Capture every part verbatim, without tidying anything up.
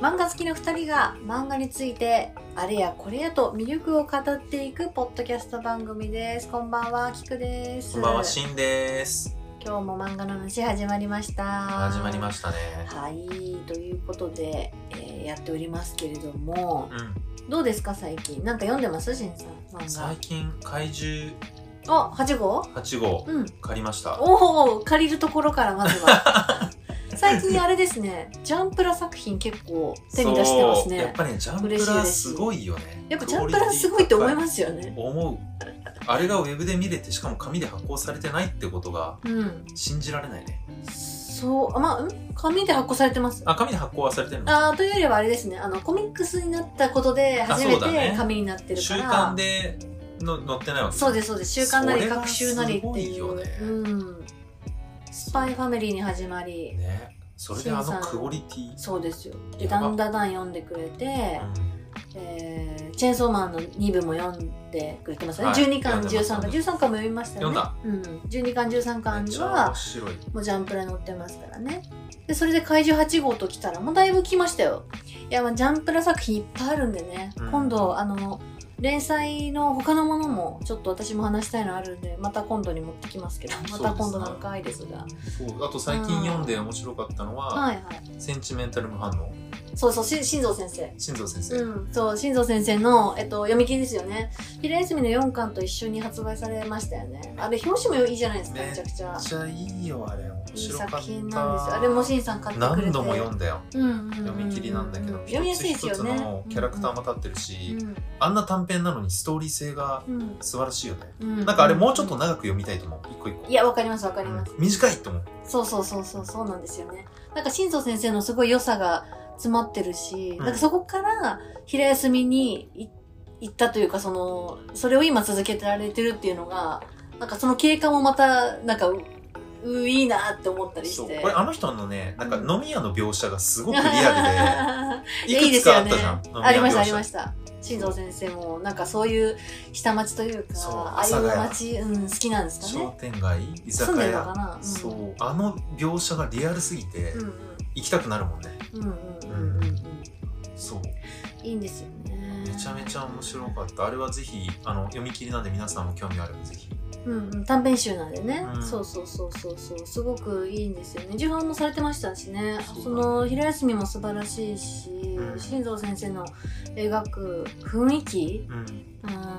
漫画好きのふたりが漫画についてあれやこれやと魅力を語っていくポッドキャスト番組です。こんばんは、きくです。 こんばんは、しんです。 今日も漫画の話始まりました。 始まりましたね。 はい、ということで、えー、やっておりますけれども、 うん、 どうですか最近？なんか読んでます？しんさん、漫画。 最近怪獣あ、はち号はち号、うん、借りました。 おお、借りるところからまずは最近あれですね、ジャンプラ作品結構手に出してますね。 やっぱり、ね、ジャンプラすごいよね。 やっぱジャンプラすごいって思いますよね。 思う。あれがウェブで見れて、しかも紙で発行されてないってことが信じられないね。 うん、そう、まあ、ん紙で発行されてます。 あ、紙で発行はされてるの？あ、というよりはあれですね、あのコミックスになったことで初めて紙になってるから。 週刊での載ってないわけ。 そうですそうです。週刊なり各週なりっていう。 ね、 うん。スパイファミリーに始まり。 ね。それであのクオリティ。 そうですよ。でだんだんだん読んでくれて、うん、えー、チェーンソーマンのに部も読んでくれてますね。はい、じゅうにかんじゅうさんかんじゅうさんかんも読みましたよね。 読んだ。 うん。じゅうにかんじゅうさんかんはもうジャンプラ載ってますからね。でそれで怪獣はち号ときたらもうだいぶ来ましたよ。いや、まあジャンプラ作品いっぱいあるんでね。うん、今度あの。連載の他のものもちょっと私も話したいのあるんで、また今度に持ってきますけど、また今度何回ですが。 そう、あと最近読んで面白かったのは、はいはい、センチメンタル無反応。 そうそう、し新蔵先生。 新蔵先生。 うん、そう、新蔵先生の、えっと、読み切りですよね。平泉のよんかんと一緒に発売されましたよね。あれ、表紙もいいじゃないですか、めちゃくちゃ。 めっちゃいいよ、あれ。面白かった。 いい作品なんですよ。あれも新さん買ってくれて。 何度も読んだよ。 うんうんうんうん、 読み切りなんだけど、 読みやすいですよね。 一つのキャラクターも立ってるし、うんうん、あんな短編なのにストーリー性が素晴らしいよね。うん、なんかあれもうちょっと長く読みたいと思う。一個一個。 いや、わかりますわかります、 うん。短いと思う。 そうそうそうそう、そうなんですよね。なんか新蔵先生のすごい良さが詰まってるし、うん、なんかそこから平休みに行ったというか、その、それを今続けてられてるっていうのが、なんかその経過もまた、なんか、う、いいなって思ったりして。 これあの人のね、なんか飲み屋の描写がすごくリアルで、いくつかあったじゃん。いいですよね、 ありましたありました。新蔵先生もなんかそういう下町というか、ああいう町、うん、好きなんですかね。 商店街、居酒屋。 住んでるのかな、うん、 そう、あの描写がリアルすぎて、うんうん、行きたくなるもんね。 うんうんうんうんうん。 そう。 いいんですよね。 めちゃめちゃ面白かった。あれはぜひ、あの、読み切りなんで皆さんも興味あればぜひ。 うんうん、短編集なんでね、うん、そうそうそうそうそう、すごくいいんですよね。重版もされてましたしね。そ, その平休みも素晴らしいし、うん、新蔵先生の描く雰囲気、うん、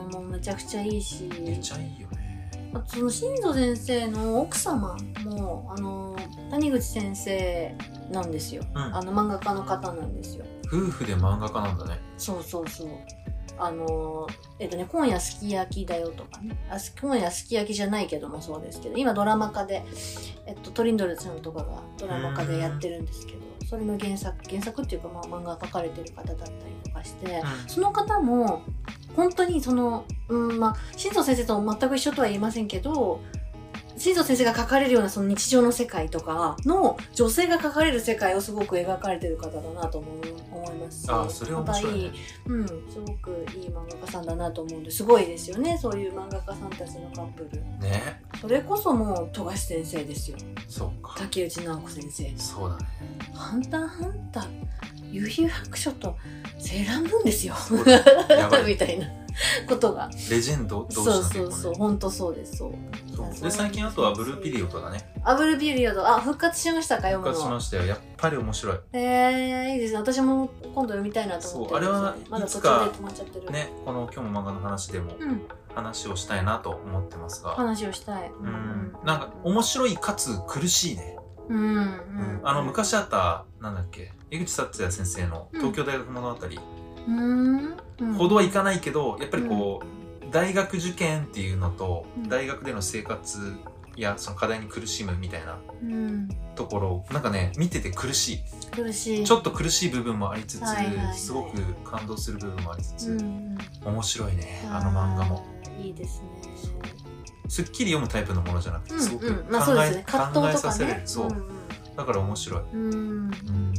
もうめちゃくちゃいいし、 めちゃいいよね。 あとその新蔵先生の奥様もあの谷口先生なんですよ、うん、あの漫画家の方なんですよ。 夫婦で漫画家なんだね。 そうそうそう。あのえっとね、今夜すき焼きだよとかね、あ、今夜すき焼きじゃないけどもそうですけど、今ドラマ化で、えっと、トリンドルさんとかがドラマ化でやってるんですけど、それの原作原作っていうか、まあ、漫画描かれてる方だったりとかして、うん、その方も本当にその、うんまあ、新蔵先生と全く一緒とは言いませんけど、新蔵先生が描かれるようなその日常の世界とかの女性が描かれる世界をすごく描かれてる方だなと思いますし、 あ、それは面白いね。 うん、すごくいい漫画家さんだなと思うんで、すごいですよね、そういう漫画家さんたちのカップルね。 それこそもう富樫先生ですよ。 そうか。 竹内直子先生。 そうだね。 ハンターハンター、幽遊白書とセーラームーンですよやばいみたいなことがレジェンド同士だね。 そうそうそう、本当そうです。そうそうで、最近あとはブルーピリオドだね。 あ、ブルーピリオド、あ、復活しましたか？読むの。 復活しましたよ。やっぱり面白い。 えー、いいですね。私も今度読みたいなと思ってるんですよ。 そう、あれはまだ途中で止まっちゃってる。 ね、この今日も漫画の話でも話をしたいなと思ってますが、 話をしたい。 うん、なんか面白いかつ苦しいね。 うん、うん、 あの昔あったなんだっけ、江口達也先生の東京大学物語、 うんうん、 ほどはいかないけど、やっぱりこう、うん、大学受験っていうのと、うん、大学での生活やその課題に苦しむみたいなところ、うん、なんかね見てて苦しい苦しいちょっと苦しい部分もありつつ、 はいはいはい、 すごく感動する部分もありつつ、うん、面白いね、 あの漫画も。 いいですね。 すっきり読むタイプのものじゃなくて、すごく考え、 まあそうですね、 考えさせる、そう、うんうん、だから面白い。 うん、うん、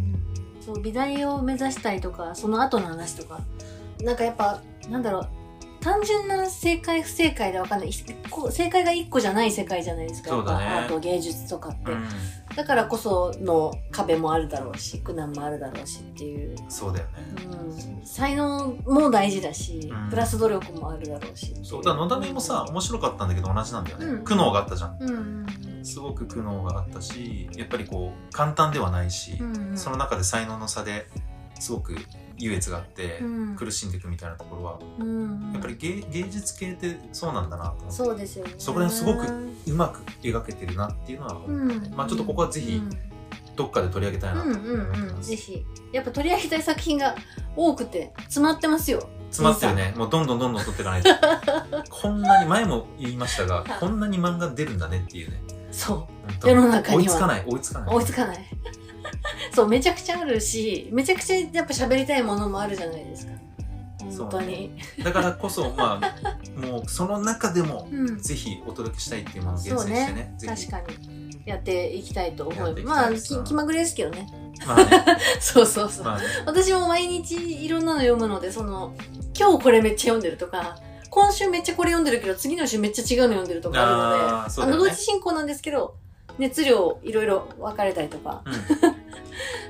そう、美大を目指したりとかその後の話とか、なんかやっぱなんだろう、 単純な正解不正解で分かんない、こ正解がいっこじゃない世界じゃないですか。 そうだね。 アート芸術とかって、うん、だからこその壁もあるだろうし苦難もあるだろうしっていう。 そうだよね、 うん、才能も大事だし、うん、プラス努力もあるだろうし。 そうだ、のだめもさ面白かったんだけど同じなんだよね、うん、苦悩があったじゃん、うんうん、すごく苦悩があったし、やっぱりこう簡単ではないし、うんうん、その中で才能の差ですごく優越があって、うん、苦しんでいくみたいなところは、うん、やっぱり 芸, 芸術系ってそうなんだなと思って、 そうですよね、 そこら辺すごくうまく描けてるなっていうのは思って、ね、うん、まあちょっとここはぜひどっかで取り上げたいなと思ってます、うんうんうん、 ぜひやっぱ取り上げたい作品が多くて詰まってますよ。 詰まってるね。もうどんどんどんどん撮っていかないとこんなに前も言いましたがこんなに漫画出るんだねっていうね。 そう世の中には追いつかない追いつかない追いつかないそうめちゃくちゃあるし、めちゃくちゃやっぱ喋りたいものもあるじゃないですか。本当に、ね、 だからこそまあもうその中でもぜひお届けしたいっていうものを厳選してね、ね、ぜひ確かにやっていきたいと思います。まあき気まぐれですけどね。 まあねそうそうそう、まあね、私も毎日いろんなの読むので、その今日これめっちゃ読んでるとか、今週めっちゃこれ読んでるけど次の週めっちゃ違うの読んでるとかあるので、あ、そうだよね、あの同時進行なんですけど熱量いろいろ分かれたりとか、うん、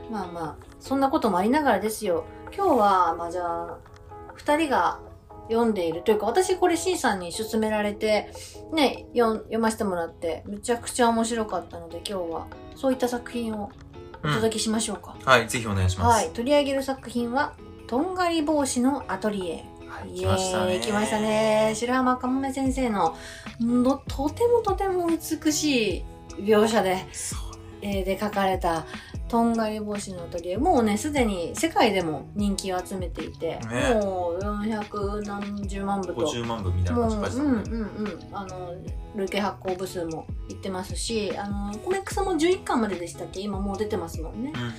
まあまあそんなこともありながらですよ。今日はまあじゃあふたりが読んでいるというか、私これ C さんに勧められてね読読ませてもらってめちゃくちゃ面白かったので、今日はそういった作品をお届けしましょうか、 うん、はい、ぜひお願いします。 はい、取り上げる作品はとんがり帽子のアトリエ。 はい、来ましたね。 来ましたね。白浜かもめ先生ののとてもとても美しい描写で、えー、で描かれたとんがり帽子のアトリエ。もうねすでに世界でも人気を集めていて、ね、もうよんひゃくなんじゅうまんぶとごじゅうまんぶみたいな感じでしたね。 うんうんうん、あの累計発行部数もいってますし、あのコミックスもじゅういっかんまででしたっけ、今もう出てますもんね、うんうん、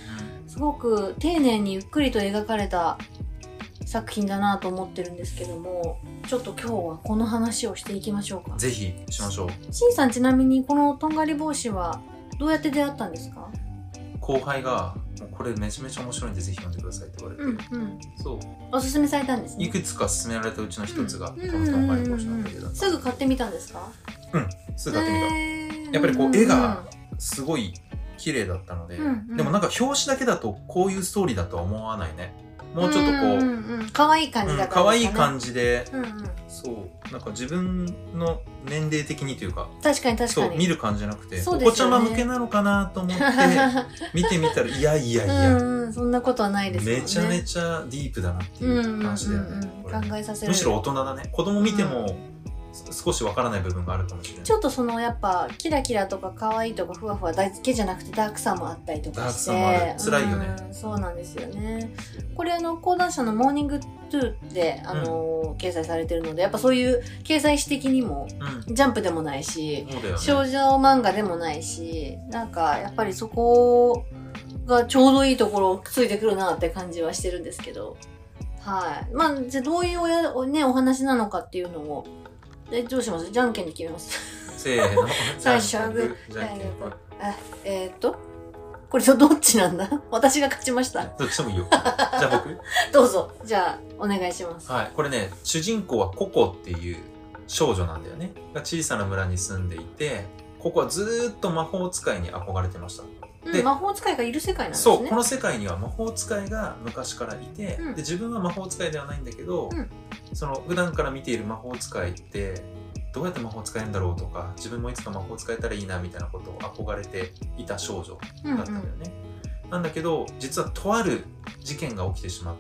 すごく丁寧にゆっくりと描かれた作品だなと思ってるんですけども、ちょっと今日はこの話をしていきましょうか。 ぜひしましょう。 しんさん、ちなみにこのとんがり帽子はどうやって出会ったんですか？ 後輩がもうこれめちゃめちゃ面白いんでぜひ読んでくださいって言われて、うんうん、そうおすすめされたんですね。 いくつか勧められたうちの一つが、うん、このとんがり帽子なんだけど、 すぐ買ってみたんですか？ うん、すぐ買ってみた、えー、やっぱりこう絵がすごい綺麗だったので、うんうん、でもなんか表紙だけだとこういうストーリーだとは思わないね。もうちょっとこう、うんうんうん、可愛い感じだったんですかね。 可愛い感じで、うんうん、そうなんか自分の年齢的にというか、 確かに確かにそう見る感じじゃなくて、お子ちゃま向けなのかなと思って見てみたらいやいやいや、 うんうん、そんなことはないですもんね。 めちゃめちゃディープだなっていう話だよね、 うんうんうん、考えさせる。 むしろ大人だね。子供見ても、うん少しわからない部分があるかもしれない。 ちょっとそのやっぱキラキラとか可愛いとかふわふわだけじゃなくてダークさもあったりとかして、 ダークさもある。辛いよね、 うん、そうなんですよね。これあの講談社のモーニングトゥーであの、うん、掲載されてるので、やっぱそういう掲載誌的にも、うん、ジャンプでもないし、ね、少女漫画でもないし、なんかやっぱりそこがちょうどいいところをついてくるなって感じはしてるんですけど、はい。まあじゃあどういうおや、ね、お話なのかっていうのをえどうします？じゃんけんで決めます。 せーの。 最初はグー。じゃんけん。あ、えー、っと、これとどっちなんだ？私が勝ちました。 どっちでもいいよ。じゃあ僕どうぞ。じゃあ、お願いします。 はい。これね、主人公はココっていう少女なんだよね。が小さな村に住んでいて、ココはずーっと魔法使いに憧れてました。 で、うん、魔法使いがいる世界なんですね。 そう、この世界には魔法使いが昔からいて、うん、で自分は魔法使いではないんだけど、うん、その普段から見ている魔法使いってどうやって魔法使えるんだろうとか、自分もいつか魔法使えたらいいなみたいなことを憧れていた少女だったんだよね、うんうん、なんだけど実はとある事件が起きてしまって、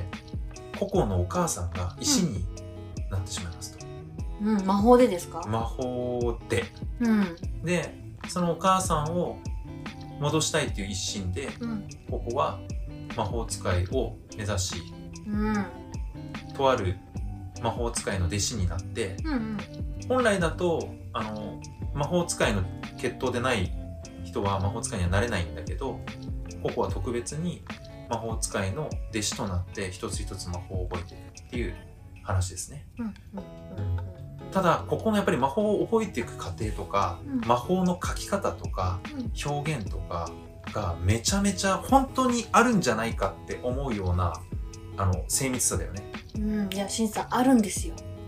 ココのお母さんが石になってしまいますと、 うんうん、魔法でですか？ 魔法で、 うん、 でそのお母さんを戻したいっていう一心で、うん、ココは魔法使いを目指し、うん、とある魔法使いの弟子になって、うんうん、本来だとあの魔法使いの血統でない人は魔法使いにはなれないんだけど、ココは特別に魔法使いの弟子となって一つ一つ魔法を覚えていくっていう話ですね、うんうんうん、ただここのやっぱり魔法を覚えていく過程とか、うん、魔法の書き方とか、うん、表現とかがめちゃめちゃ本当にあるんじゃないかって思うようなあの精密さだよね。 うん、いや、しんさんあるんですよ。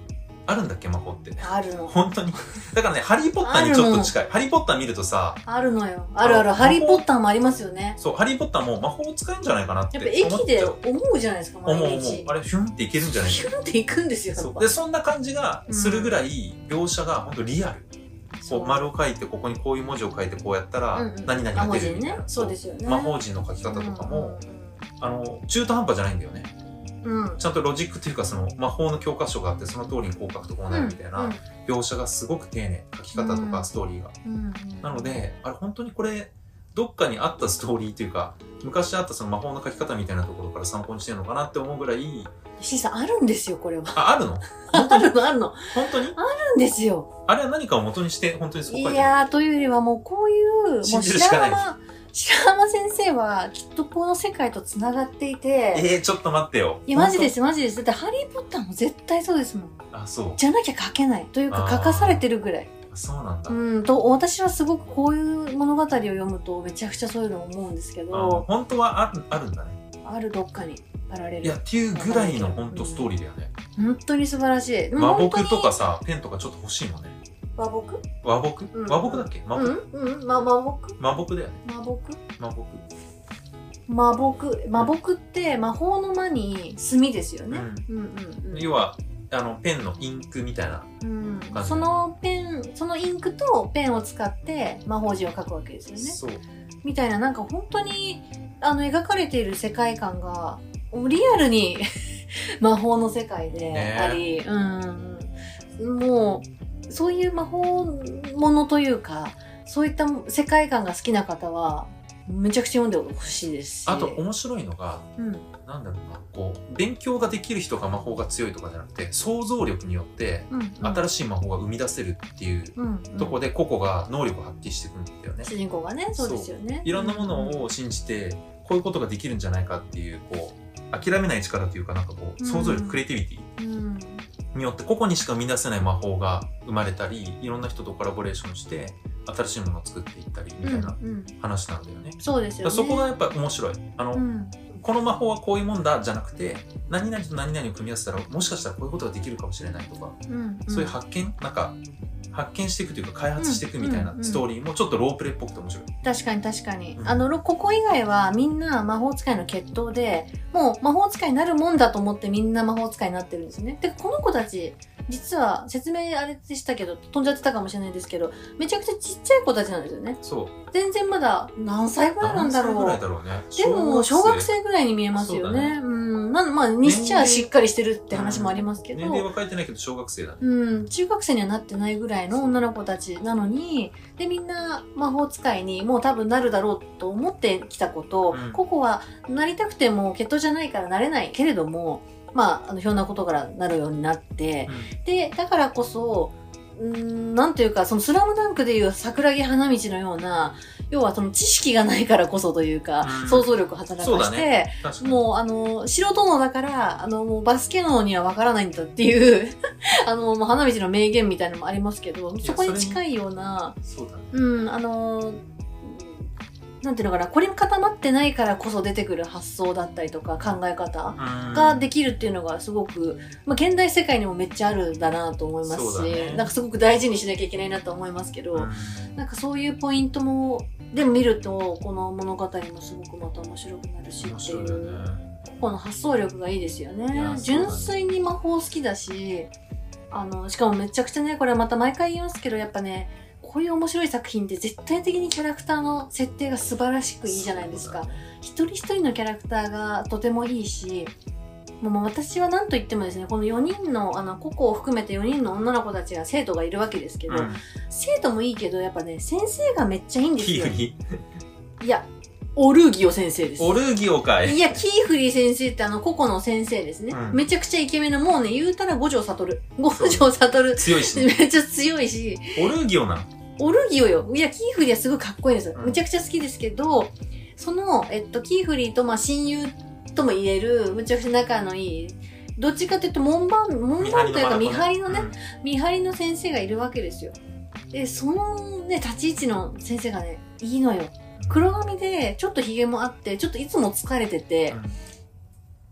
あるんだっけ魔法って。 あるの。 本当に。だからね、ハリーポッターにちょっと近い。ハリーポッター見るとさ。 あるのよ。あるある。ハリーポッターもありますよね。 そう、ハリーポッターも魔法使えんじゃないかなって思っちゃう。やっぱ駅で思うじゃないですか、毎日。 思う思う。あれ、ヒュンっていけるんじゃないか。 ヒュンっていくんですよ。 そう。で、そんな感じがするぐらい、描写が本当リアル。こう丸を書いて、ここにこういう文字を書いて、こうやったら、何々が出るみたいな。 そうですよね。 魔法陣の書き方とかも、あの、中途半端じゃないんだよね。うん、ちゃんとロジックというかその魔法の教科書があってその通りにこう書くとこうなるみたいな描写がすごく丁寧、書き方とかストーリーが、うんうん、なのであれ本当にこれどっかにあったストーリーというか昔あったその魔法の書き方みたいなところから参考にしてるのかなって思うぐらい。 石井さんあるんですよこれは。 あ、あるの？ あるのあるの。 本当に？ あるんですよ。 あれは何かを元にして本当にそこ書いてる？ いやーというよりはもうこういう信じるしかないです。 白浜先生はきっとこの世界と繋がっていて。 えー、ちょっと待ってよ。 いや、マジです、マジです。だってハリーポッターも絶対そうですもん。 あ、そう。 じゃなきゃ書けない。というか書かされてるぐらい。 そうなんだ。 うん、と、私はすごくこういう物語を読むとめちゃくちゃそういうのを思うんですけど。 本当はある、あるんだね。 あるどっかに。パラレル。 いや、っていうぐらいの本当ストーリーだよね。 うん、本当に素晴らしい。 和睦とかさ、ペンとかちょっと欲しいもんね。 和睦和睦、うん、和睦だっけ和睦うんうん、ま、和睦和睦だよね。 和睦和睦魔木魔木って魔法の魔に墨ですよね、うんうんうん、 要はあのペンのインクみたいな、うん、 そのペンそのインクとペンを使って魔法陣を書くわけですよね。 そうみたいななんか本当にあの描かれている世界観がリアルに魔法の世界であり、ね、うん、もうそういう魔法ものというかそういった世界観が好きな方はめちゃくちゃ読んでほしいですし。 あと面白いのが、うん、なんだろうな、こう勉強ができる人が魔法が強いとかじゃなくて想像力によって新しい魔法が生み出せるっていうところで個々が能力を発揮していくんだよね。 主人公がね、そうですよね。 いろんなものを信じてこういうことができるんじゃないかっていうこう諦めない力というかなんかこう想像力、うん、クリエイティビティ、うんによって個々にしか生み出せない魔法が生まれたりいろんな人とコラボレーションして新しいものを作っていったりみたいな話なんだよね。 うんうん、そうですよね。 そこがやっぱ面白い。あの、うん、この魔法はこういうもんだじゃなくて何々と何々を組み合わせたらもしかしたらこういうことができるかもしれないとか、うんうん、そういう発見なんか発見していくというか開発していくみたいなストーリーもちょっとロープレイっぽくて面白い。 確かに確かに、うん、あのここ以外はみんな魔法使いの血統でもう魔法使いになるもんだと思ってみんな魔法使いになってるんですよね。でこの子たち実は説明あれでしたけど飛んじゃってたかもしれないですけどめちゃくちゃちっちゃい子たちなんですよね。 そう全然まだ何歳ぐらいなんだろう。 何歳ぐらいだろうね。 でも小学生ぐらいに見えますよね。う、ね、んまあまあにしちゃしっかりしてるって話もありますけど、 年齢は書いてないけど小学生だね。 うん中学生にはなってないぐらいの女の子たちなのにでみんな魔法使いにもう多分なるだろうと思ってきたこと、うん、ここはなりたくても血統じゃないからなれないけれどもまあ、あのひょんなことからなるようになって、うん、でだからこそうーんなんというかそのスラムダンクでいう桜木花道のような要はその知識がないからこそというか、うん、想像力を働かして、ね、もうあの素人のだからあのもうバスケのにはわからないんだっていうあのもう花道の名言みたいなのもありますけどそこに近いようなそうだね、 うんあのなんていうのかな、これ固まってないからこそ出てくる発想だったりとか考え方ができるっていうのがすごく、まあ、現代世界にもめっちゃあるんだなと思いますし、ね、なんかすごく大事にしなきゃいけないなと思いますけど、なんかそういうポイントもでも見るとこの物語もすごくまた面白くなるしっていう、ね、この発想力がいいですよね。純粋に魔法好きだし、あのしかもめちゃくちゃねこれはまた毎回言いますけどやっぱねこういう面白い作品って絶対的にキャラクターの設定が素晴らしくいいじゃないですか。一人一人のキャラクターがとてもいいし、もう私は何と言ってもですね、このよにんの、あの、個々を含めてよにんの女の子たちが生徒がいるわけですけど、うん、生徒もいいけど、やっぱね、先生がめっちゃいいんですよ。いや、オルーギオ先生です。 オルーギオかい。 いや、キーフリー先生ってあの、個々の先生ですね。うん、めちゃくちゃイケメンの、もうね、言うたら五条悟。五条悟。 強いし、 ね。めっちゃ強いし。 オルーギオなのオルギオよ。いや、キーフリーはすごいかっこいいんですよ。うん、めちゃくちゃ好きですけど、その、えっと、キーフリーと、まあ、親友とも言える、むちゃくちゃ仲のいい、どっちかというと、門番、門番というか、見張りのね、うん、見張りの先生がいるわけですよ。で、そのね、立ち位置の先生がね、いいのよ。黒髪で、ちょっと髭もあって、ちょっといつも疲れてて、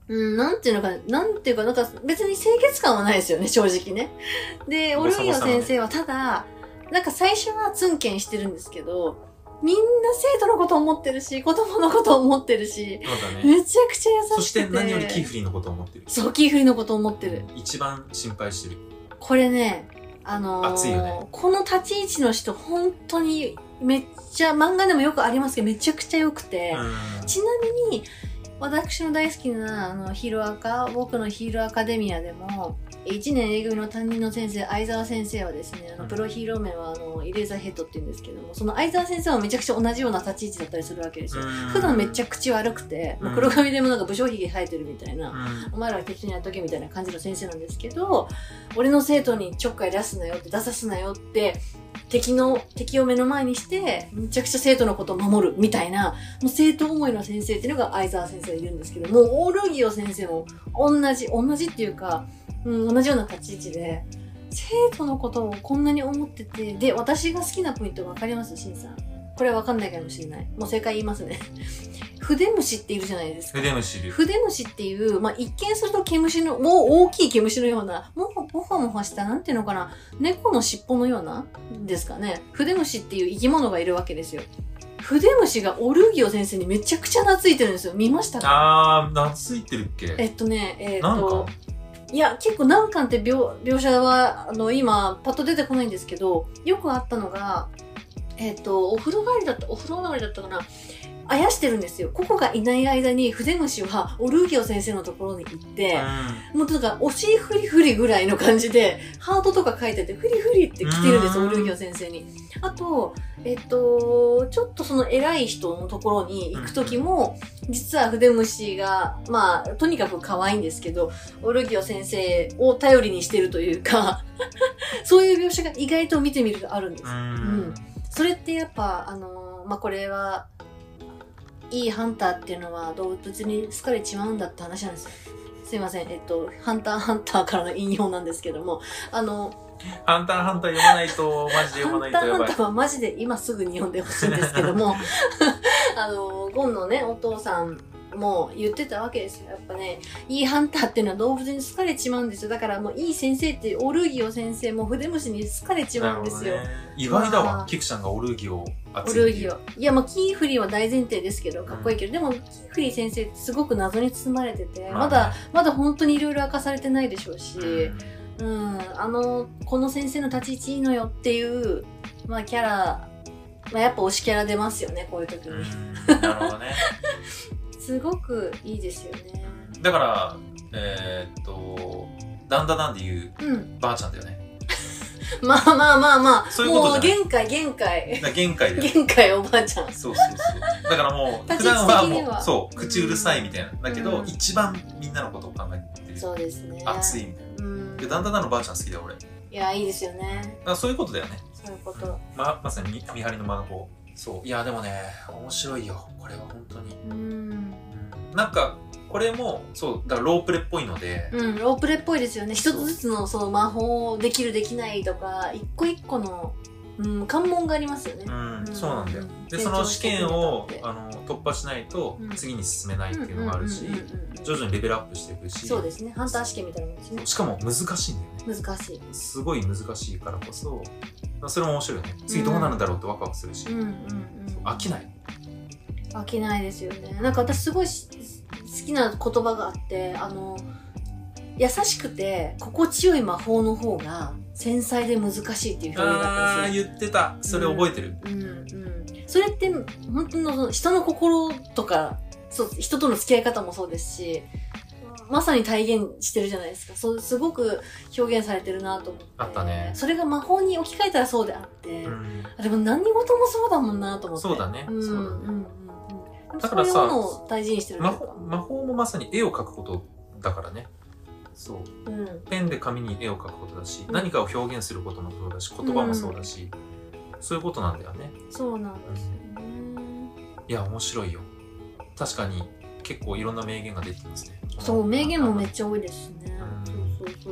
うん、なんていうのか、なんていうか、なんか別に清潔感はないですよね、正直ね。で、オルギオ先生はただ、なんか最初はツンケンしてるんですけど、みんな生徒のこと思ってるし、子供のこと思ってるし、 そうだね、 めちゃくちゃ優しくて。 そして何よりキーフリーのこと思ってる。 そう、キーフリーのこと思ってる。 一番心配してる。 これね、あのー、 熱いよね。 この立ち位置の人、本当にめっちゃ、漫画でもよくありますけど、めちゃくちゃ良くて、ちなみに、私の大好きな、あの、ヒーローアカ、僕のヒーローアカデミアでも、いちねん A 組の担任の先生、相沢先生はですね、あの、プロヒーロー名は、あの、イレーザーヘッドって言うんですけども、その相沢先生はめちゃくちゃ同じような立ち位置だったりするわけですよ。普段めっちゃ口悪くて、もう黒髪でもなんか武将髭生えてるみたいな、お前らは適当にやっとけみたいな感じの先生なんですけど、俺の生徒にちょっかい出すなよって、出さすなよって、敵の、敵を目の前にして、めちゃくちゃ生徒のことを守るみたいな、もう生徒思いの先生っていうのが相沢先生がいるんですけど、もうオルギオ先生も同じ、同じっていうか、うん、同じような立ち位置で、生徒のことをこんなに思ってて、で、私が好きなポイントわかります？シンさん。これはわかんないかもしれない。もう正解言いますね。筆虫っているじゃないですか。 筆虫いる。 筆虫っていう、まあ、一見すると毛虫の、もう大きい毛虫のような、もほもほもほした、なんていうのかな、猫の尻尾のような、ですかね。筆虫っていう生き物がいるわけですよ。筆虫がオルギオ先生にめちゃくちゃ懐いてるんですよ。見ましたか？ あー、懐いてるっけ？ えっとね、えー、っと、 なんかいや、結構何巻って描、描写は、あの、今、パッと出てこないんですけど、よくあったのが、えっと、お風呂帰りだった、お風呂上がりだったかな。あやしてるんですよ。ココがいない間に、筆虫はオルギオ先生のところに行って、うん、もうなんか、お尻フリフリぐらいの感じで、ハートとか書いてて、フリフリって来てるんです、オルギオ先生に。あと、えっと、ちょっとその偉い人のところに行くときも、実は筆虫が、まあ、とにかく可愛いんですけど、オルギオ先生を頼りにしてるというか、そういう描写が意外と見てみるとあるんです。うん。それってやっぱ、あの、まあ、これは、いいハンターっていうのは動物に好かれちまうんだって話なんですよ。すいません。えっと、ハンターハンターからの引用なんですけども、あの、 ハンターハンター読まないと、マジで読まないとやばい。 ハンターハンターはマジで今すぐに読んでほしいんですけども、あの、ゴンのね、お父さんも言ってたわけですよ。やっぱね、いいハンターっていうのは動物に好かれちまうんですよ。だからもういい先生って、オルギオ先生も筆虫に好かれちまうんですよ。 ね、意外だわ、キクちゃんがオルギオをオルギオ。いや、まあ、キーフリーは大前提ですけど、かっこいいけど、うん、でも、キーフリー先生ってすごく謎に包まれてて、まあね、まだ、まだ本当にいろいろ明かされてないでしょうし、うん、うん、あの、この先生の立ち位置いいのよっていう、まあ、キャラ、まあ、やっぱ推しキャラ出ますよね、こういう時に。 うん、なるほどね。 すごくいいですよね。 だから、えー、っと、ダンダダンで言う、うん、ばあちゃんだよね。 まあまあまあまあ、 そういうこともう限界限界。 限界で。 限界おばあちゃん。 そうそうそう。だからもう、普段はもう、そう、口うるさいみたいな。だけど、うん、一番みんなのことを考えてる。 そうですね。 熱いみたいな。うん。で、だんだんだんのばあちゃん好きだよ、俺。いや、いいですよね。 だからそういうことだよね。 そういうこと。 ま、まさに見張りの間の方。そう。いや、でもね、面白いよ。これは本当に。うん。なんか、これも、そう、だからロープレっぽいので。 うん、ロープレっぽいですよね。一つずつの、その魔法できるできないとか、一個一個の、うん、関門がありますよね。 うん、うん、そうなんだよ。で、その試験を、あの、突破しないと、次に進めないっていうのがあるし、徐々にレベルアップしていくし。 そうですね。ハンター試験みたいなもんですね。 しかも難しいんだよね。難しい。 すごい難しいからこそ、それも面白いよね。次どうなるんだろうってワクワクするし。うんうんうん。飽きない。 飽きないですよね。なんか私すごい好きな言葉があって、あの、優しくて心地よい魔法の方が繊細で難しいっていう表現だったんですよ。 ああ、言ってた。それ覚えてる。 うん、うん、うん。それって本当の人の心とか、そう、人との付き合い方もそうですし、まさに体現してるじゃないですか。そう、すごく表現されてるなと思って。 あったね。 それが魔法に置き換えたらそうであって、うん、でも何事もそうだもんなと思って。 そうだね。 うん、 そうだね。 うんだからさ、そういうものを大事にしてる魔法、魔法もまさに絵を描くことだからね。そう、うん。ペンで紙に絵を描くことだし、うん、何かを表現することもそうだし、言葉もそうだし、うん、そういうことなんだよね。 そうなんですよね。 いや、面白いよ。確かに結構いろんな名言が出てきますね。 そう、名言もめっちゃ多いですね。うん、そうそうそう。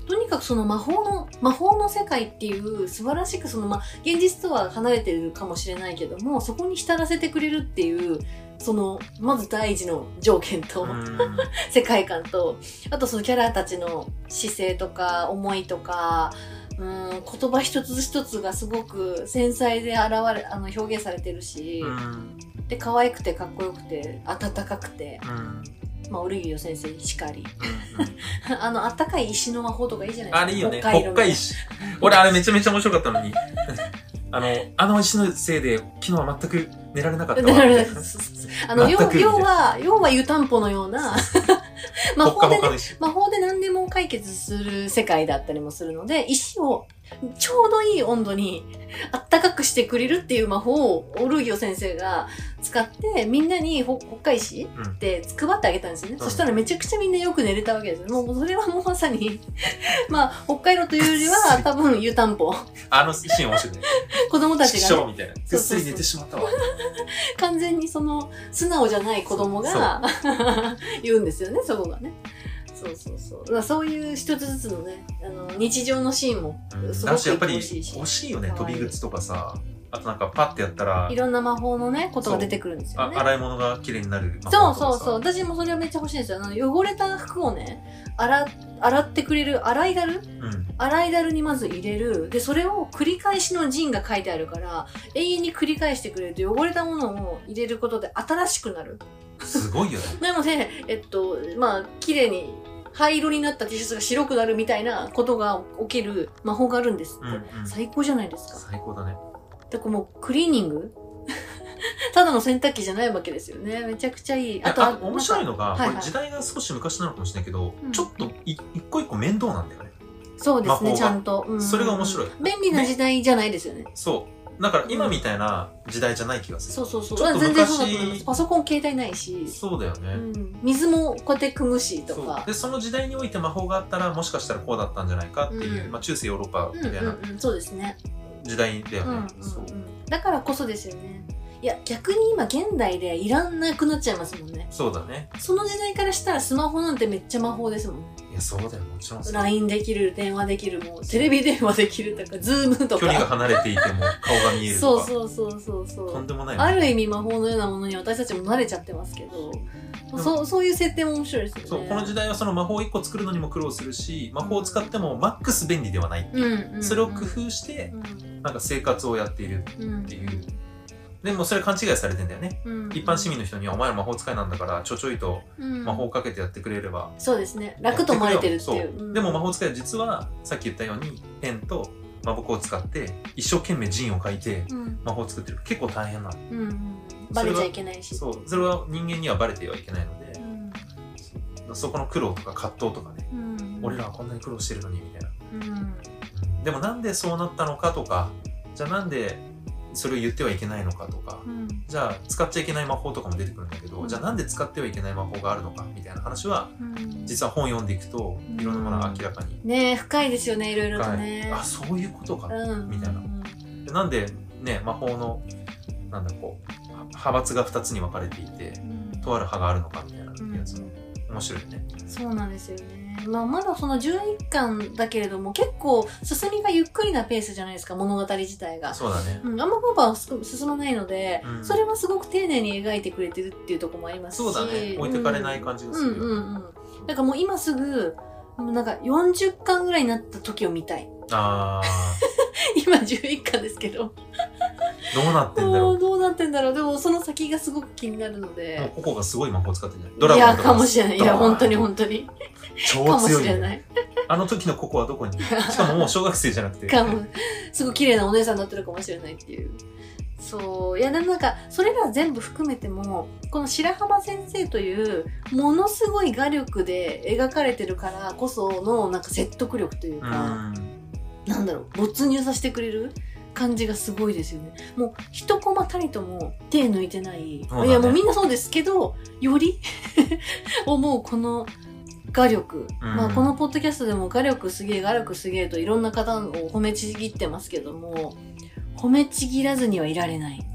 とにかくその魔法の、魔法の世界っていう素晴らしくその、まあ、現実とは離れてるかもしれないけども、そこに浸らせてくれるっていう、その、まず第一の条件と、世界観と、あとそのキャラたちの姿勢とか、思いとか、うん、言葉一つ一つがすごく繊細で現れ、あの、表現されてるし、で、可愛くてかっこよくて、温かくて、まあ、オリギオ先生しかり。あの、あったかい石の魔法とかいいじゃないですか。 あれいいよね。北海石。俺、あれめちゃめちゃ面白かったのに。あの、あの石のせいで、昨日は全く寝られなかったわ。寝られなかった。 あの、要は、要は湯たんぽのような、魔法で、ね、魔法で何でも解決する世界だったりもするので、石をちょうどいい温度にあったかくしてくれるっていう魔法をオルギオ先生が使ってみんなに北海石って配ってあげたんですよね、うん、そしたらめちゃくちゃみんなよく寝れたわけですよ。もうそれはもうまさにまあ北海道というよりは多分湯たんぽあのシーン面白いね子供たちが、ね、 みたいなぐっすり寝てしまったわ完全にその素直じゃない子供が言うんですよね、そこがね。そうそうそう。だからそういう一つずつのね、あの、日常のシーンもすごくやっぱり欲しいよね、飛び靴とかさ。あとなんかパッてやったら。 いろんな魔法のね、ことが出てくるんですよね。 洗い物が綺麗になる魔法とかさ。 そうそうそう。私もそれはめっちゃ欲しいんですよ。あの、汚れた服をね、洗、洗ってくれる、洗いだる、うん、洗いだるにまず入れる。で、それを繰り返しの陣が書いてあるから、永遠に繰り返してくれると汚れたものを入れることで新しくなる。 すごいよね。 なので、えっと、まあ、綺麗に、灰色になった T シャツが白くなるみたいなことが起きる魔法があるんですって。うんうん、最高じゃないですか。 最高だね。 だからもうクリーニングただの洗濯機じゃないわけですよね。めちゃくちゃいい。 あと、あ面白いのが、はいはい、これ時代が少し昔なのかもしれないけど、うん、ちょっと一個一個面倒なんだよね。 そうですね、ちゃんと。 うん、それが面白い。 便利な時代じゃないですよね。 そう。だから今みたいな時代じゃない気がする。 そうそうそう。ちょっと昔全然そうだと思います。パソコン携帯ないし。 そうだよね。うん、 水もこうやって汲むしとか。 で、その時代において魔法があったらもしかしたらこうだったんじゃないかっていう、うん、まあ中世ヨーロッパみたいな、うんうんうん、 そうですね。 時代だよね、 うんうんうん。そう。だからこそですよね。いや、逆に今現代でいらんなくなっちゃいますもんね。 そうだね。 その時代からしたらスマホなんてめっちゃ魔法ですもん。 いや、そうだよ、もちろん。 ライン できる、電話できる、もうテレビ電話できるとか、ズームとか。 距離が離れていても顔が見えるとか。 そうそうそうそうそう。 とんでもない、 ね。ある意味魔法のようなものに私たちも慣れちゃってますけど、うん、そうそういう設定も面白いですよね。 そう、この時代はその魔法をいっこ作るのにも苦労するし、魔法を使ってもマックス便利ではないっていう。うんうんうん、それを工夫して、うん、なんか生活をやっているっていう。うんでもそれ勘違いされてんだよね、うん、一般市民の人にはお前ら魔法使いなんだからちょちょいと魔法をかけてやってくれれば、 うん、そうですね、楽と思われてるっていう、 うん、でも魔法使いは実はさっき言ったようにペンと魔法を使って一生懸命陣を書いて魔法を作ってる、結構大変なの、うんうん、 バレちゃいけないし、 そうそれは人間にはバレてはいけないので、うん、そこの苦労とか葛藤とかね、うん、俺らはこんなに苦労してるのにみたいな、うん、でもなんでそうなったのかとか、じゃあなんでそれを言ってはいけないのかとか、うん、じゃあ使っちゃいけない魔法とかも出てくるんだけど、うん、じゃあなんで使ってはいけない魔法があるのかみたいな話は、うん、実は本読んでいくといろんなものが明らかに、 うん、ねえ深いですよね、いろいろとね。 あ、そういうことか、うん、みたいな、でなんでね魔法のなんだこう派閥がふたつに分かれていて、うん、とある派があるのかみたいなやつも面白いね。 そうなんですよね。まあ、まだそのじゅういっかんだけれども結構進みがゆっくりなペースじゃないですか、物語自体が。 そうだね、 うん、あんまパパは進まないので、うん、それはすごく丁寧に描いてくれてるっていうところもありますし、 そうだね、置いてかれない感じがするよ、うんうんうんうん、 だからもう今すぐなんかよんじゅっかんぐらいになった時を見たい。あ今じゅういっかんですけどどうなってんだろう。 どうなってんだろう。でもその先がすごく気になるので。 もうココがすごい魔法を使ってるんじゃない？ドラゴンとか。 いや、かもしれない。いや、本当に本当に。 超強い、ね。かもしれない。あの時のココはどこに？しかももう小学生じゃなくて。 かも。すごい綺麗なお姉さんになってるかもしれないっていう。そう。いや、でもなんか、それら全部含めても、この白浜先生という、ものすごい画力で描かれてるからこその、なんか説得力というか、うんなんだろう、没入させてくれる感じがすごいですよね。もう一コマたりとも手抜いてない、ね、いやもうみんなそうですけどより思うこの画力、うん、まあこのポッドキャストでも画力すげえ画力すげえといろんな方を褒めちぎってますけども、褒めちぎらずにはいられない。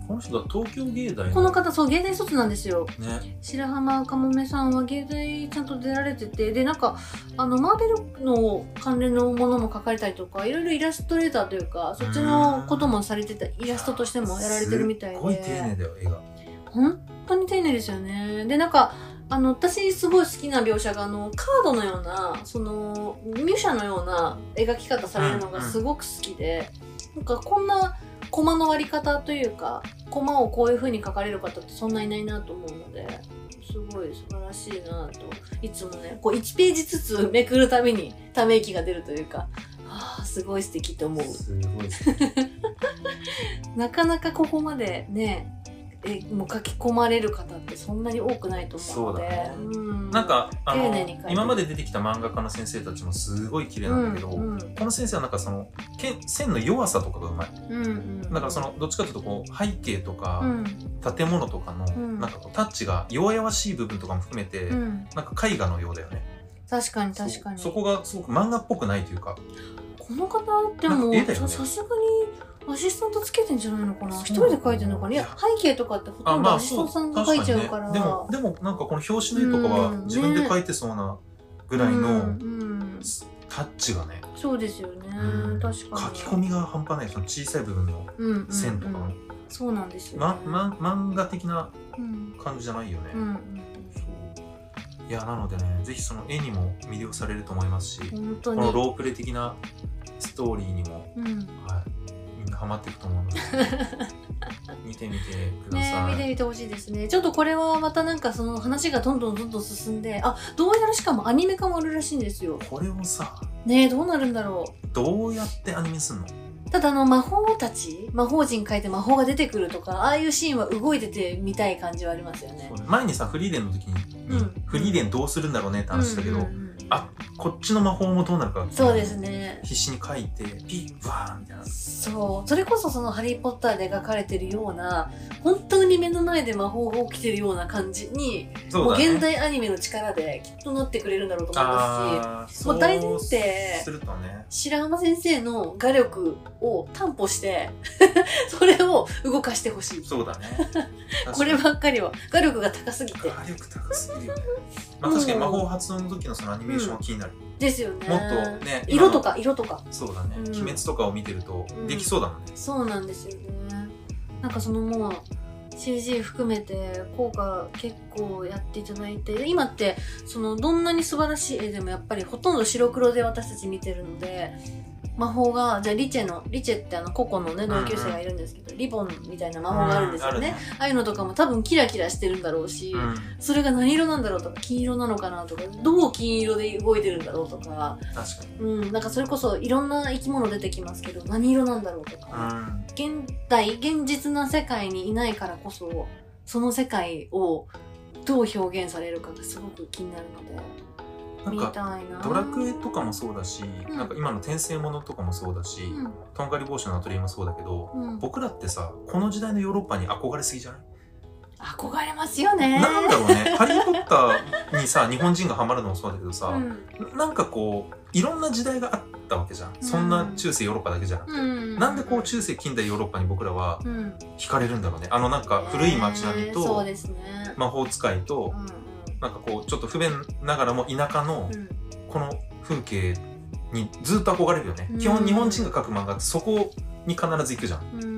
この人が東京芸大のこの方そう芸大卒なんですよ、 ね、 白浜かもめさんは芸大ちゃんと出られてて、でなんかあのマーベルの関連のものも描かれたりとか、いろいろイラストレーターというかそっちのこともされてた、イラストとしてもやられてるみたいで、 すごい丁寧だよ絵が。 本当に丁寧ですよね。でなんかあの私すごい好きな描写があのカードのようなそのミュシャのような描き方されるのがすごく好きで、うんうん、なんかこんなコマの割り方というかコマをこういう風に描かれる方ってそんないないなと思うので、すごい素晴らしいなといつもねこういちページずつめくるたびにため息が出るというか、あーすごい素敵と思う。 すごい素敵なかなかここまでねえもう書き込まれる方ってそんなに多くないと思うので、 そうだね、 うん、 なんかあの今までで出てきた漫画家の先生たちもすごい綺麗なんだけど、 うんうん、 この先生はなんかその線の弱さとかがうまい、 うんうん、 だからそのどっちかというとこう背景とか、 うん、 建物とかの、 うん、 なんかこうタッチが弱々しい部分とかも含めて、うん、なんか絵画のようだよね。 確かに確かにそ, そこがすごく漫画っぽくないというか、 この方ってもさすがにアシスタントつけてんじゃないのかな、一人で描いてるのかな。いや背景とかってほとんどアシスタントさんが描いちゃうから、 ね、でもでもなんかこの表紙の絵とかは自分で描いてそうなぐらいのタッチがね、 そうですよね、うん、確かに書き込みが半端ない、その小さい部分の線とかの、うんうんうん、 そうなんですよ、ね、 まま、漫画的な感じじゃないよね、うんうんうん、いやなのでね、ぜひその絵にも魅了されると思いますし、 本当にこのロープレ的なストーリーにも、うん、はい、みんなハマっていくと思うので見てみてください。 ね、見てみてほしいですね。ちょっとこれはまたなんかその話がどんどんどんどん進んで、あ、どうやらしかもアニメ化もあるらしいんですよ。 これをさ、 ね、どうなるんだろう。どうやってアニメすんの？ ただあの魔法たち、魔法陣書いて魔法が出てくるとか、ああいうシーンは動いててみたい感じはありますよね。 前にさ、フリーレンの時に、うん、フリーレンどうするんだろうねって話したけど、うんうんうん、あ、こっちの魔法もどうなるか、 そうですね、 必死に書いてピッワーみたいな。 そう、それこそそのハリーポッターで描かれてるような本当に目の前で魔法が起きてるような感じに、ね、もう現代アニメの力できっとなってくれるんだろうと思いますし、もう大前提すると、ね、 白浜先生の画力を担保してそれを動かしてほしい。 そうだねこればっかりは画力が高すぎて、 画力高すぎるよねまあ確かに魔法発動の時のそのアニメーションは気になる、 うん、ですよね。 もっとね、 色とか色とか、 そうだね、うん、鬼滅とかを見てるとできそうだもんね、 うん、そうなんですよね。なんかそのもう シージー 含めて効果結構やっていただいて、今ってそのどんなに素晴らしい絵でもやっぱりほとんど白黒で私たち見てるので、魔法がじゃあリチェのリチェってあのココのね同級生がいるんですけど、うんうん、リボンみたいな魔法があるんですよね、うん、あ, ねああいうのとかも多分キラキラしてるんだろうし、うん、それが何色なんだろうとか、金色なのかなとか、どう金色で動いてるんだろうとか、 確かに、 うん、なんかそれこそいろんな生き物出てきますけど何色なんだろうとか、うん、現代現実な世界にいないからこそその世界をどう表現されるかがすごく気になるので、 なんかドラクエとかもそうだし、うん、なんか今の転生ものとかもそうだし、うん、とんがり帽子のアトリエもそうだけど、うん、僕らってさ、この時代のヨーロッパに憧れすぎじゃない？ 憧れますよね。 なんだろうねハリー・ポッターにさ日本人がハマるのもそうだけどさ、うん、なんかこういろんな時代があったわけじゃん、うん、そんな中世ヨーロッパだけじゃなくて、うん、なんでこう中世近代ヨーロッパに僕らは惹かれるんだろうね。あのなんか古い街並みと、 そうですね、 魔法使いと、うん、なんかこうちょっと不便ながらも田舎のこの風景にずっと憧れるよね、うん、基本日本人が描く漫画ってそこに必ず行くじゃん、うん、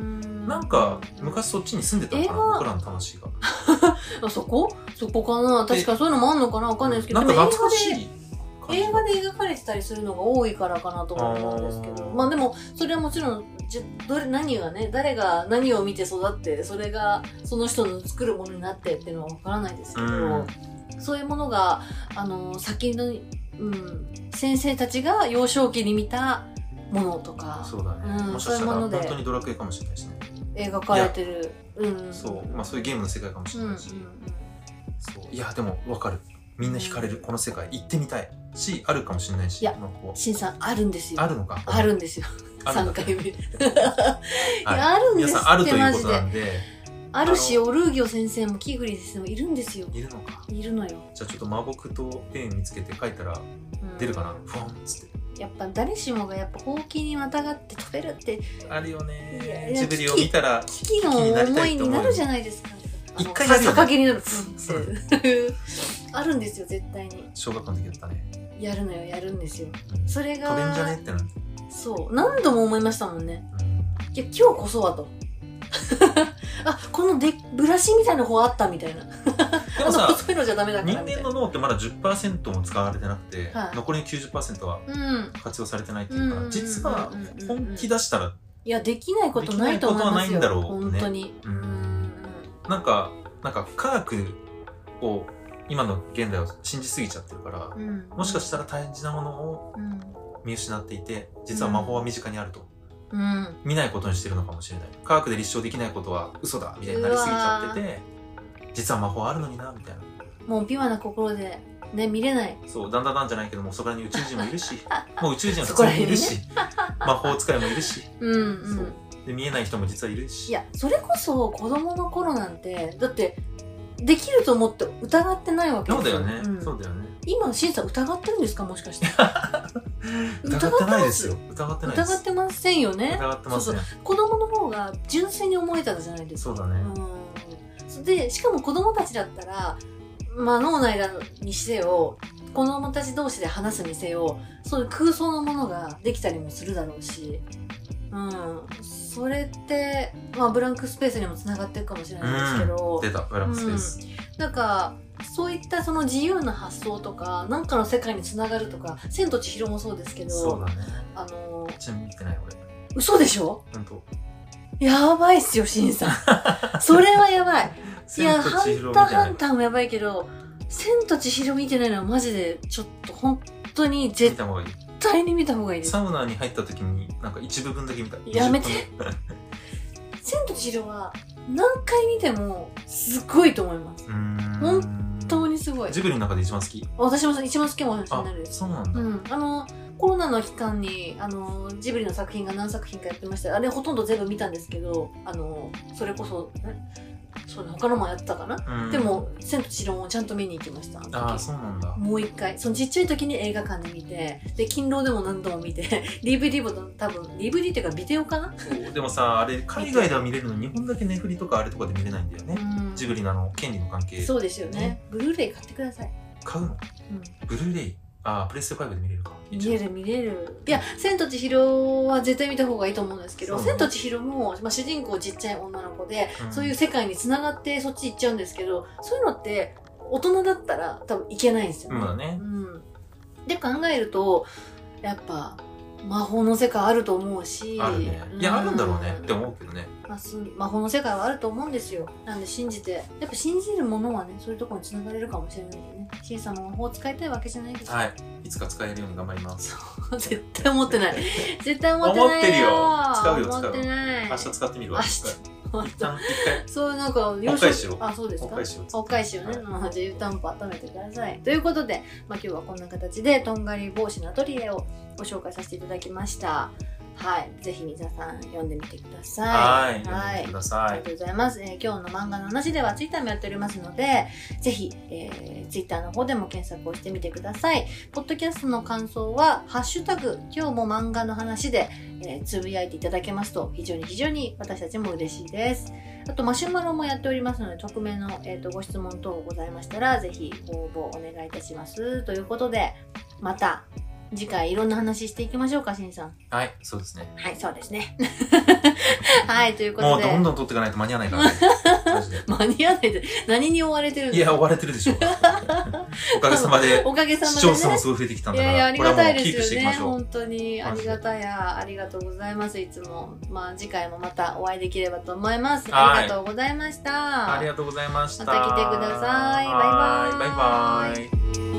なんか昔そっちに住んでたのかな、僕らの魂があそこそこかな、確かそういうのもあんのかな、わかんないですけど、 なんか懐かしい映画で描かれてたりするのが多いからかなと思うんですけど、まあでもそれはもちろんじどれ何がね、誰が何を見て育ってそれがその人の作るものになってっていうのはわからないですけど、うん、そういうものがあの先の、うん、先生たちが幼少期に見たものとか、 そうだね、うん、もしかしたら本当にドラクエかもしれないしね、 描かれてる、うん、 そう、まあ、そういうゲームの世界かもしれないし、うんうんうん、そういやでも分かる、みんな惹かれる、この世界行ってみたいし、あるかもしれないし、 いや、しんさんあるんですよ。 あるのか。 あるんですよ。さんかいめ。いはい、 や、あるんですって、 皆さんあるということなんで。 あるし、オルーギョ先生もキーフリー先生もいるんですよ。 いるのか。 いるのよ。 じゃあちょっと魔木とペン見つけて書いたら出るかな、うん、フォンっつって。 やっぱ誰しもがやっぱほうきにまたがって飛べるってあるよいね。 やジブリを見たら危機の思いになるじゃないですか。 一回やるよね逆毛になるプンってあるんですよ絶対に。 小学校の時だったね。 やるのよやるんですよ。 うんそれが飛べんじゃねってなる。 そう何度も思いましたもんね。 うんいや今日こそはとあこのでブラシみたいな方あったみたいな。 でもさあの細いのじゃダメだから人みたいな。 間の脳ってまだ じゅっパーセント も使われてなくて、 はい残りの きゅうじゅっパーセント はうん活用されてないっていうから、 うんうんうんうん実は本気出したらいやできないことないと思いますよ。 できないことはないんだろうね本当に。 うんうんなんかなんか科学を今の現代を信じすぎちゃってるから、 うんうんもしかしたら大事なものをうん見失っていて、実は魔法は身近にあると、 うん見ないことにしてるのかもしれない。科学で立証できないことは嘘だみたいになりすぎちゃってて、実は魔法あるのになみたいな。 もうピュアな心でね見れない。 そうだんだんだんじゃないけども、そこらに宇宙人もいるしもう宇宙人は普通にいるし、魔法使いもいるし、 うんうそうんで見えない人も実はいるし。 いやそれこそ子供の頃なんてだってできると思って疑ってないわけですよ。 そうだよね、 うんそうだよね。 今審査疑ってるんですかもしかして。 疑ってないですよ。疑ってないです。 疑ってませんよね。 疑ってません。 そう子供の方が純粋に思えたじゃないですか。 そうだね。 うん、でしかも子供たちだったら、まあ、脳内にせよ子供たち同士で話すにせよそういう空想のものができたりもするだろうし、うん、それって、まあ、ブランクスペースにもつながっていくかもしれないですけど、 うん、出たブランクスペース、 うん、なんかそういったその自由な発想とか何かの世界につながるとか「千と千尋」もそうですけど、 そうだね。 あのちなみに見てない俺。 嘘でしょ？ 本当。 やばいっすよ、しんさん。それはやばい。いや、 千とハン千尋見てないターハンターもやばいけど、千と千尋見てないのはマジで、ちょっと本当に見絶た方がいい。 対に見た方がいいです。 サウナに入った時になんか一部分だけ見た。 やめてにじゅっぷん千と千尋は何回見てもすごいと思います。 うーん本当にすごい。 ジブリの中で一番好き。 私も一番好きかもしれあないで、す。 そうなんだ。 うん。あの、コロナの期間に、あの、ジブリの作品が何作品かやってました。あれほとんど全部見たんですけど、あの、それこそ、えそうね、他のもやってたかな、 うんでも、千と千尋もちゃんと見に行きました。の時ああそうなんだ。 もう一回。そのちっちゃい時に映画館で見て、で、勤労でも何度も見て、ディーブイディー も多分、ディーブイディー っていうかビデオかなそうでもさあれ海外では見れるのに日本だけネフリとかあれとかで見れないんだよね。 うんジブリのあの権利の関係。 そうですよねね。 ブルーレイ買ってください。 買うの？ うん。 ブルーレイ。ああプレステファイブで見れるか。 見れる見れる。いや、千と千尋は絶対見た方がいいと思うんですけど、 そう千と千尋も、まあ、主人公ちっちゃい女の子で、 うんそういう世界に繋がってそっち行っちゃうんですけど、そういうのって大人だったら多分いけないんですよね。 まだねう。ん。で考えると、やっぱ魔法の世界あると思うし。 あるね。いやあるんだろうねって思うけどね。 まあ、す魔法の世界はあると思うんですよ。なんで信じて、やっぱ信じるものはね、そういうところに繋がれるかもしれないんでね。シンさんも魔法を使いたいわけじゃないですよ。 はい。いつか使えるように頑張ります。 絶対思ってない。絶対思ってないよ。 思ってるよ使うよ使う思ってない。 明日使ってみるわ。 明日一回一旦一回そうなんか、 お返しをあ、そうですか。 お返しをお返しをね。 はいまあ、じゃあ湯たんぽ温めてください。ということで、まあ、今日はこんな形でとんがり帽子のアトリエをご紹介させていただきました。はい。ぜひ皆さん読んでみてください。 はい。読んはいでみてくだあさい。 りがとうございます。えー今日の漫画の話ではツイッターもやっておりますので、ぜひ、えー、ツイッターの方でも検索をしてみてください。ポッドキャストの感想は、ハッシュタグ、今日も漫画の話で、えーつぶやいていただけますと、非常に非常に私たちも嬉しいです。あと、マシュマロもやっておりますので、匿名の、えーとご質問等ございましたら、ぜひご応募お願いいたします。ということで、また次回いろんな話していきましょうか、しんさん。 はい。そうですね。 はい、そうですね。はい、ということで。 もうどんどん取っていかないと間に合わないからね。マジで。 間に合わないで何に追われてるんいや、 ですか。 追われてるでしょう。おかげさまで、 おかげさま視でね。 聴数もすごい増えてきたんだから、 いやいや、ありこれがたいうではもキープしすよね。 ていきましょう。 本当にありがたや、ありがとうございます。いつも。まあ、次回もまたお会いできればと思います。 はいありがとうございました。 ありがとうございました。 また来てくださいバイバイはいバイバイ。